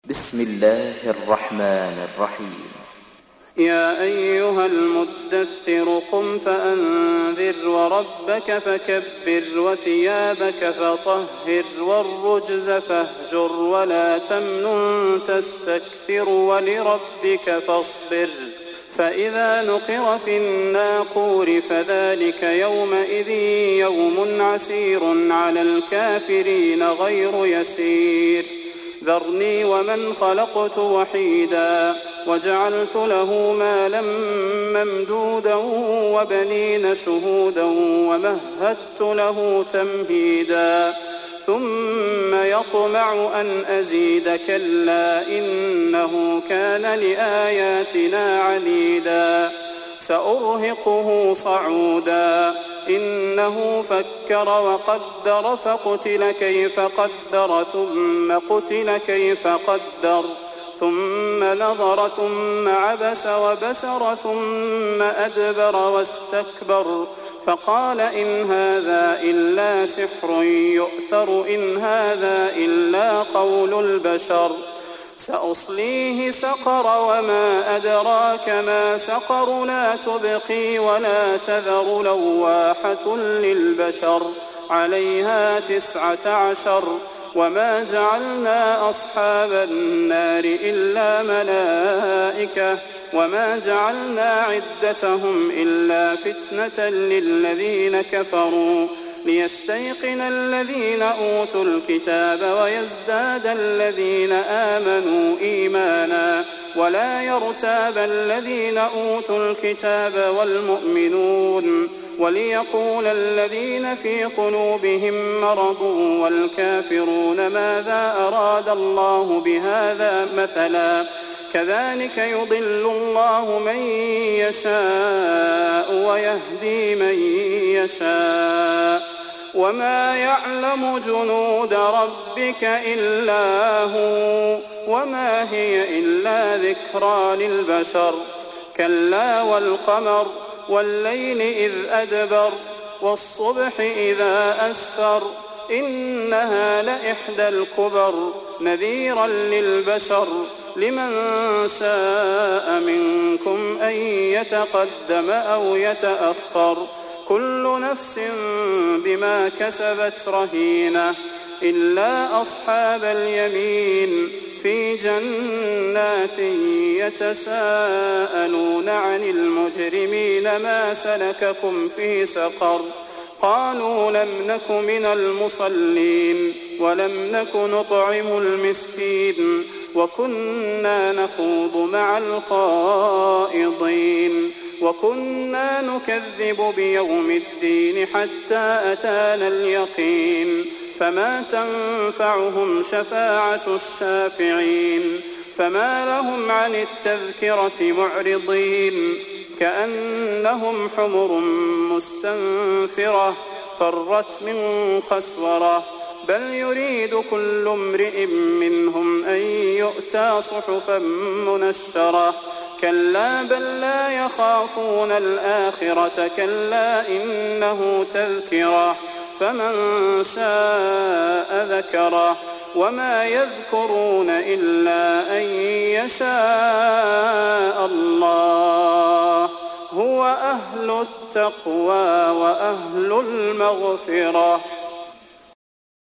بسم الله الرحمن الرحيم. يا أيها المدثر قم فأنذر وربك فكبر وثيابك فطهر والرجز فاهجر ولا تمنن تستكثر ولربك فاصبر فإذا نقر في الناقور فذلك يومئذ يوم عسير على الكافرين غير يسير ذرني ومن خلقت وحيدا وجعلت له مالا ممدودا وبنين شهودا ومهدت له تمهيدا ثم يطمع أن أزيد كلا إنه كان لآياتنا عنيدا سأرهقه صعودا إنه فكر وقدر فقتل كيف قدر ثم قتل كيف قدر ثم نظر ثم عبس وبسر ثم أدبر واستكبر فقال إن هذا إلا سحر يؤثر إن هذا إلا قول البشر سأصليه سقر وما أدراك ما سقر لا تبقي ولا تذر لواحة للبشر عليها 19 وما جعلنا أصحاب النار إلا ملائكة وما جعلنا عدتهم إلا فتنة للذين كفروا ليستيقن الذين أوتوا الكتاب ويزداد الذين آمنوا إيمانا ولا يرتاب الذين أوتوا الكتاب والمؤمنون وليقول الذين في قلوبهم مرض والكافرون ماذا أراد الله بهذا مثلا كذلك يضل الله من يشاء ويهدي من يشاء وما يعلم جنود ربك إلا هو وما هي إلا ذكرى للبشر كلا والقمر والليل إذ أدبر والصبح إذا أسفر إنها لإحدى الكبر نذيرا للبشر لمن شاء منكم أن يتقدم أو يتأخر كل نفس بما كسبت رهينة إلا أصحاب اليمين في جنات يتساءلون عن المجرمين ما سلككم في سقر قالوا لم نك من المصلين ولم نك نطعم المسكين وكنا نخوض مع الخائضين وكنا نكذب بيوم الدين حتى أتانا اليقين فما تنفعهم شفاعة الشافعين فما لهم عن التذكرة معرضين كأنهم حمر مستنفرة فرت من قسورة بل يريد كل امرئ منهم أن يؤتى صحفا منشرة كلا بل لا يخافون الآخرة كلا إنه تذكرة فمن شاء ذكره وما يذكرون إلا أن يشاء الله هو أهل التقوى وأهل المغفرة.